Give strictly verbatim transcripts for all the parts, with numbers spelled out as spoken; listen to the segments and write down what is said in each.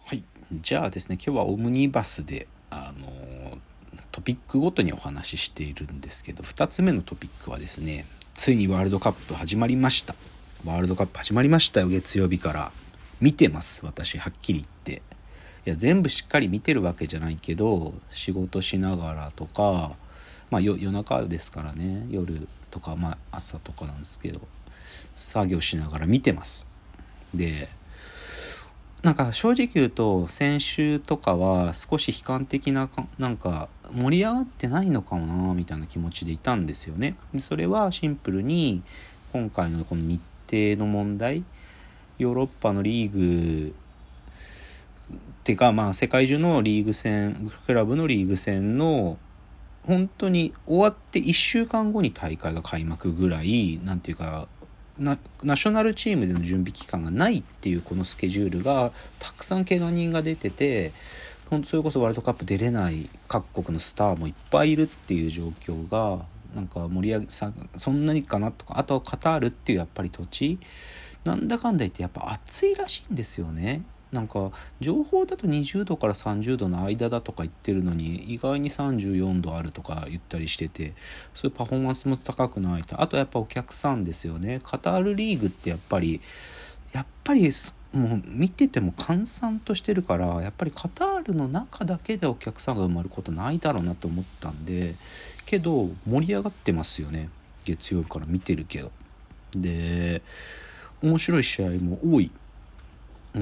はい、じゃあですね、今日はオムニバスであのトピックごとにお話ししているんですけど、ふたつめのトピックはですね、ついにワールドカップ始まりました。ワールドカップ始まりましたよ。月曜日から見てます。私はっきり言って、いや全部しっかり見てるわけじゃないけど、仕事しながらとか、まあ夜中ですからね、夜とかまあ朝とかなんですけど、作業しながら見てます。でなんか正直言うと先週とかは少し悲観的な、なんか盛り上がってないのかもなみたいな気持ちでいたんですよね。でそれはシンプルに今回のこの日程の問題、ヨーロッパのリーグってかまあ世界中のリーグ戦、クラブのリーグ戦の本当に終わっていっしゅうかんごに大会が開幕ぐらい、なんていうかナ, ナショナルチームでの準備期間がないっていうこのスケジュールがたくさん怪我人が出てて、本当それこそワールドカップ出れない各国のスターもいっぱいいるっていう状況がなんか盛り上げさそんなにかなとか、あとはカタールっていうやっぱり土地なんだかんだ言ってやっぱ暑いらしいんですよね。なんか情報だとにじゅうどからさんじゅうどの間だとか言ってるのに、意外にさんじゅうよんどあるとか言ったりしてて、そういうパフォーマンスも高くないと。あとやっぱお客さんですよね。カタールリーグってやっぱりやっぱりもう見てても閑散としてるから、やっぱりカタールの中だけでお客さんが埋まることないだろうなと思ったんで、けど盛り上がってますよね。月曜日から見てるけど。で面白い試合も多い。うん、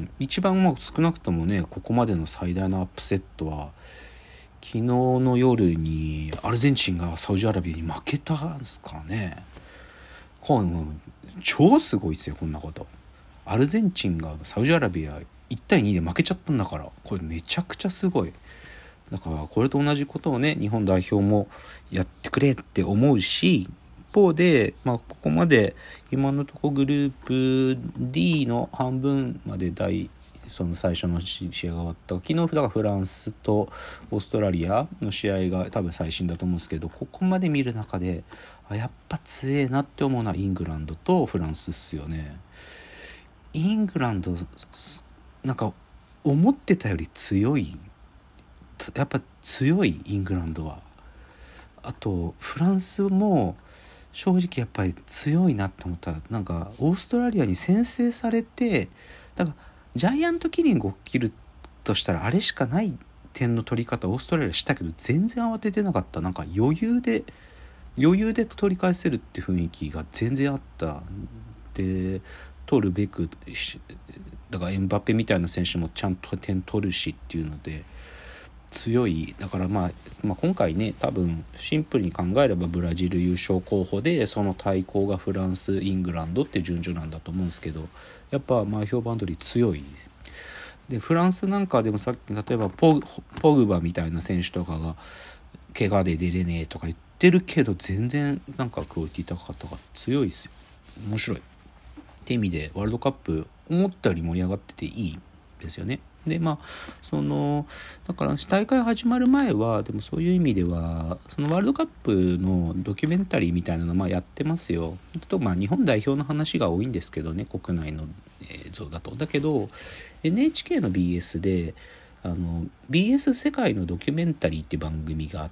一番まあ少なくともね、ここまでの最大のアップセットは昨日の夜にアルゼンチンがサウジアラビアに負けたんですからね。これもう超すごいですよ、こんなこと。アルゼンチンがサウジアラビアいちたいにで負けちゃったんだから、これめちゃくちゃすごい。だからこれと同じことをね、日本代表もやってくれって思うし、一方で、まあ、ここまで今のところグループ D の半分まで大その最初の試合が終わった。昨日だからフランスとオーストラリアの試合が多分最新だと思うんですけど、ここまで見る中であやっぱ強えなって思うのはイングランドとフランスっすよね。イングランドなんか思ってたより強い、やっぱ強いイングランドは。あとフランスも正直やっぱり強いなって思ったら、なんかオーストラリアに先制されて、だからジャイアントキリング起きるとしたらあれしかない点の取り方オーストラリアしたけど、全然慌ててなかった。なんか余裕で余裕で取り返せるって雰囲気が全然あった。で取るべくだからエムバペみたいな選手もちゃんと点取るしっていうので強い。だから、まあ、まあ今回ね、多分シンプルに考えればブラジル優勝候補で、その対抗がフランスイングランドっていう順序なんだと思うんですけど、やっぱまあ評判通り強い。でフランスなんかでもさっき例えば ポ, ポグバみたいな選手とかが怪我で出れねえとか言ってるけど、全然なんかクオリティ高かったから強いですよ。面白いって意味でワールドカップ思ったより盛り上がってていいですよね。でまあそのだから大会始まる前はでもそういう意味ではそのワールドカップのドキュメンタリーみたいなのまあやってますよ。とまあ日本代表の話が多いんですけどね、国内の映像だと。だけど エヌエイチケー の ビーエス であの ビーエス 世界のドキュメンタリーって番組があって、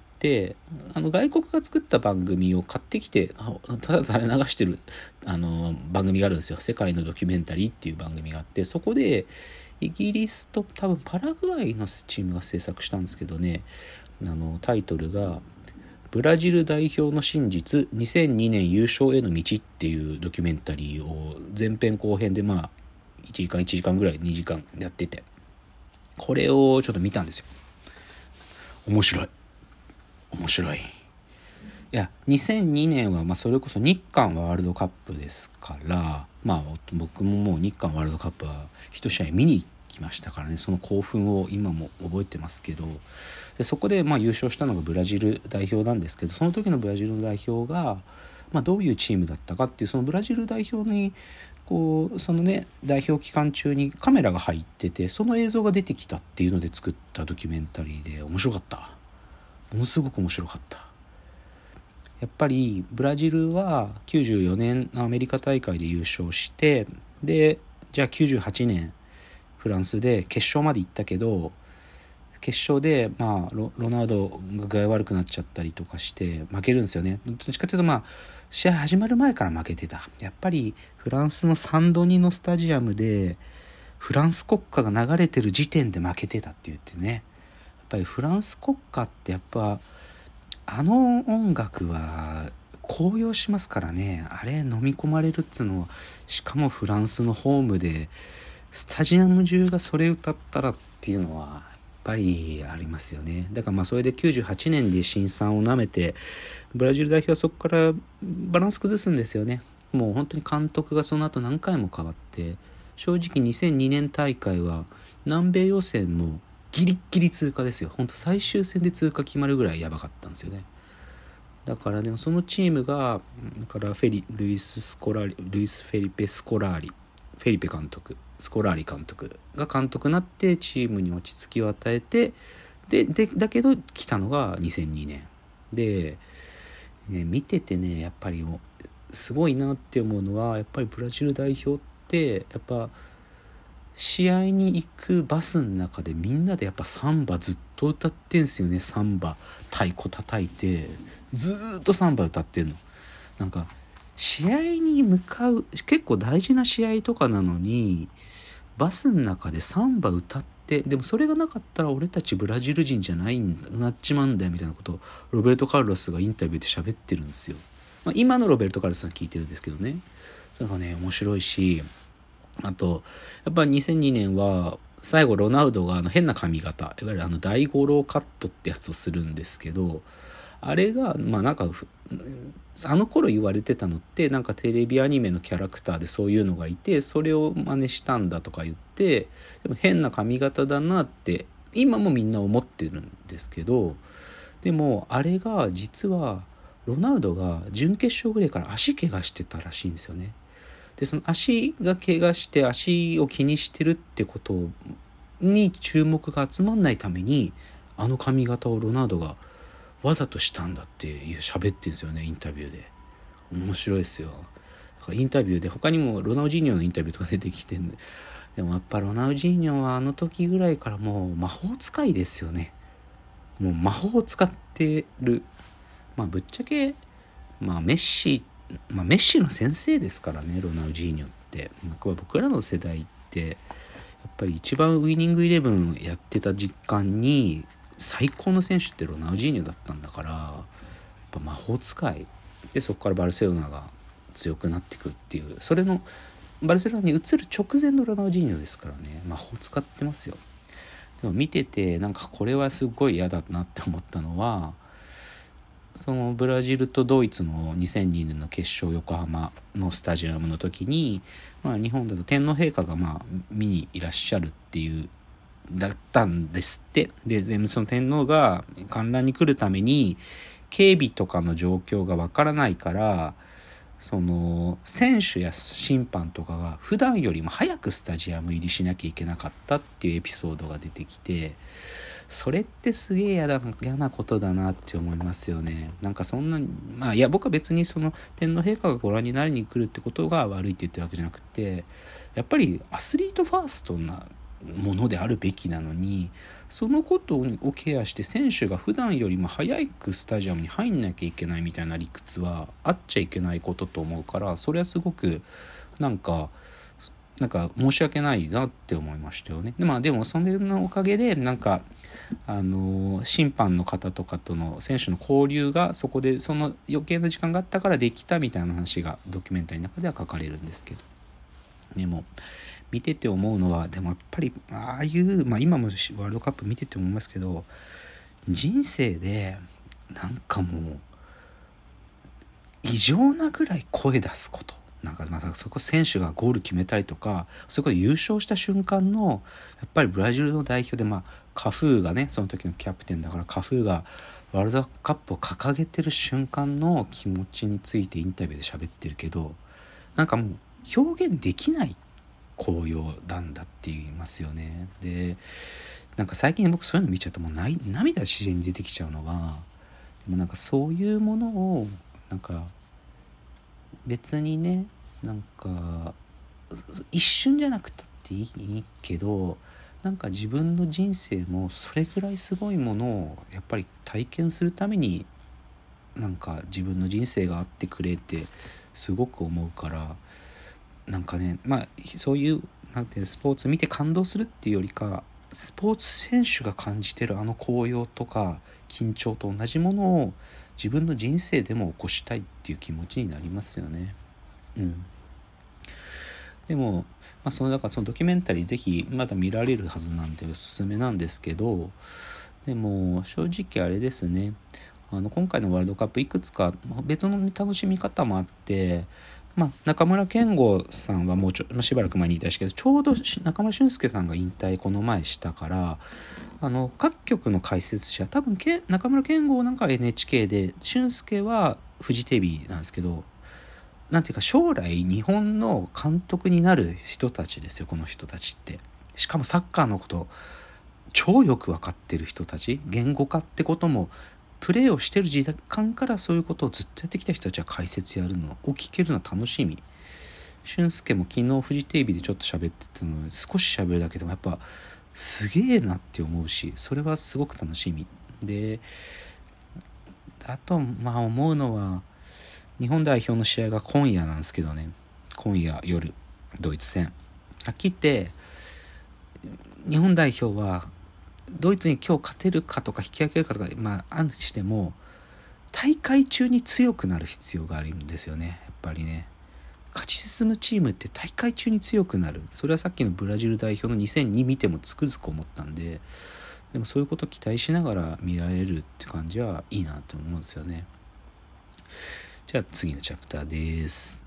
あの外国が作った番組を買ってきてただ垂れ流してるあの番組があるんですよ。世界のドキュメンタリーっていう番組があって、そこでイギリスと多分パラグアイのチームが制作したんですけどね、あのタイトルがブラジル代表の真実にせんにねん優勝への道っていうドキュメンタリーを前編後編でまあいちじかんいちじかんぐらいにじかんやってて、これをちょっと見たんですよ。面白い面白い。いやにせんにねんはまあそれこそ日韓ワールドカップですから、まあ僕ももう日韓ワールドカップは一試合見に行きましたからね、その興奮を今も覚えてますけど、でそこでまあ優勝したのがブラジル代表なんですけど、その時のブラジルの代表がまあどういうチームだったかっていう、そのブラジル代表にこうそのね代表期間中にカメラが入ってて、その映像が出てきたっていうので作ったドキュメンタリーで面白かった。ものすごく面白かった。やっぱりブラジルはきゅうじゅうよねんのアメリカ大会で優勝して、でじゃあきゅうじゅうはちねんフランスで決勝まで行ったけど、決勝で、まあ、ロ, ロナウドが具合悪くなっちゃったりとかして負けるんですよね。どっちかというと、まあ、試合始まる前から負けてた。やっぱりフランスのサンドニのスタジアムでフランス国歌が流れてる時点で負けてたって言ってね。やっぱりフランス国歌ってやっぱあの音楽は高揚しますからね。あれ飲み込まれるっつうのは、しかもフランスのホームでスタジアム中がそれ歌ったらっていうのはやっぱりありますよね。だからまあそれできゅうじゅうはちねんで辛酸をなめて、ブラジル代表はそこからバランス崩すんですよね。もう本当に監督がその後何回も変わって、正直にせんにねん大会は南米予選もギリギリ通過ですよ。本当最終戦で通過決まるぐらいやばかったんですよね。だからね、そのチームがだからフェリルイス・スコラリルイス・フェリペ・スコラーリフェリペ監督スコラーリ監督が監督になってチームに落ち着きを与えて、ででだけど来たのがにせんにねんで、ね、見ててね、やっぱりもうすごいなって思うのは、やっぱりブラジル代表ってやっぱ試合に行くバスの中でみんなでやっぱサンバずっと歌ってんすよね。サンバ太鼓叩いてずーっとサンバ歌ってんの。なんか試合に向かう結構大事な試合とかなのにバスの中でサンバ歌って、でもそれがなかったら俺たちブラジル人じゃないんだなっちまうんだよみたいなことをロベルト・カルロスがインタビューで喋ってるんですよ。まあ、今のロベルト・カルロスさん聞いてるんですけどね。それがね面白いし、あとやっぱにせんにねんは最後ロナウドがあの変な髪型、いわゆるあの大五郎カットってやつをするんですけど、あれがまあなんかあの頃言われてたのってなんかテレビアニメのキャラクターでそういうのがいて、それを真似したんだとか言って、でも変な髪型だなって今もみんな思ってるんですけど、でもあれが実はロナウドが準決勝ぐらいから足怪我してたらしいんですよね。でその足が怪我して足を気にしてるってことに注目が集まんないためにあの髪型をロナウドがわざとしたんだっていう喋ってるんですよね、インタビューで。面白いですよ。だからインタビューで他にもロナウジーニョのインタビューとか出てきて、でもやっぱロナウジーニョはあの時ぐらいからもう魔法使いですよね。もう魔法を使ってる。まあぶっちゃけまあメッシまあ、メッシの先生ですからね、ロナウジーニョって。なんか僕らの世代ってやっぱり一番ウイニングイレブンやってた実感に最高の選手ってロナウジーニョだったんだから、やっぱ魔法使いでそこからバルセロナが強くなっていくっていう、それのバルセロナに移る直前のロナウジーニョですからね、魔法使ってますよ。でも見ててなんかこれはすごい嫌だなって思ったのは、そのブラジルとドイツのにせんにねんの決勝横浜のスタジアムの時に、まあ、日本だと天皇陛下がまあ見にいらっしゃるっていうだったんですって。で、でその天皇が観覧に来るために警備とかの状況がわからないから、その選手や審判とかが普段よりも早くスタジアム入りしなきゃいけなかったっていうエピソードが出てきて、それってすげえ嫌だ嫌なことだなって思いますよね。なんかそんなまあいや僕は別にその天皇陛下がご覧になりに来るってことが悪いって言ってるわけじゃなくて、やっぱりアスリートファーストなものであるべきなのに、そのことをケアして選手が普段よりも早くスタジアムに入んなきゃいけないみたいな理屈はあっちゃいけないことと思うから、それはすごくなんかなんか申し訳ないなって思いましたよね。で、まあ、でもそれのおかげでなんかあの審判の方とかとの選手の交流がそこでその余計な時間があったからできたみたいな話がドキュメンタリーの中では書かれるんですけど、でも見てて思うのは、でもやっぱりああいう、まあ、今もワールドカップ見てて思いますけど、人生でなんかもう異常なぐらい声出すこと、なんかまたそこ選手がゴール決めたりとか、そこで優勝した瞬間のやっぱりブラジルの代表で、まあカフーがねその時のキャプテンだから、カフーがワールドカップを掲げてる瞬間の気持ちについてインタビューで喋ってるけど、なんかもう表現できない高揚なんだって言いますよね。でなんか最近僕そういうの見ちゃうともう涙自然に出てきちゃうのは、でもなんかそういうものをなんか別にね、なんか一瞬じゃなくたっていいけど、なんか自分の人生もそれぐらいすごいものをやっぱり体験するためになんか自分の人生があってくれってすごく思うから、なんかね、まあそういうなんていうスポーツ見て感動するっていうよりか、スポーツ選手が感じてるあの高揚とか緊張と同じものを自分の人生でも起こしたいっていう気持ちになりますよね。うん。でも、まあ、そのだからそのドキュメンタリーぜひまだ見られるはずなんでおすすめなんですけど、でも正直あれですね、あの今回のワールドカップいくつか別の楽しみ方もあって、まあ、中村健吾さんはもうちょ、まあ、しばらく前にいたしけど、ちょうど中村俊輔さんが引退この前したから、あの各局の解説者多分け中村健吾なんかは エヌエイチケー で俊輔はフジテレビなんですけど、なんていうか将来日本の監督になる人たちですよ、この人たちって。しかもサッカーのこと超よく分かってる人たち、言語化ってこともプレーをしてる時間からそういうことをずっとやってきた人たちは解説やるのを聞けるのは楽しみ。俊介も昨日フジテレビでちょっと喋ってたので、少し喋るだけでもやっぱすげえなって思うし、それはすごく楽しみで、あとまあ思うのは日本代表の試合が今夜なんですけどね、今夜夜ドイツ戦、はっきり言って日本代表はドイツに今日勝てるかとか引き分けるかとかまあ案しても大会中に強くなる必要があるんですよね。やっぱりね、勝ち進むチームって大会中に強くなる。それはさっきのブラジル代表のにせんに見てもつくづく思ったんで、でもそういうことを期待しながら見られるって感じはいいなと思うんですよね。じゃあ次のチャプターです。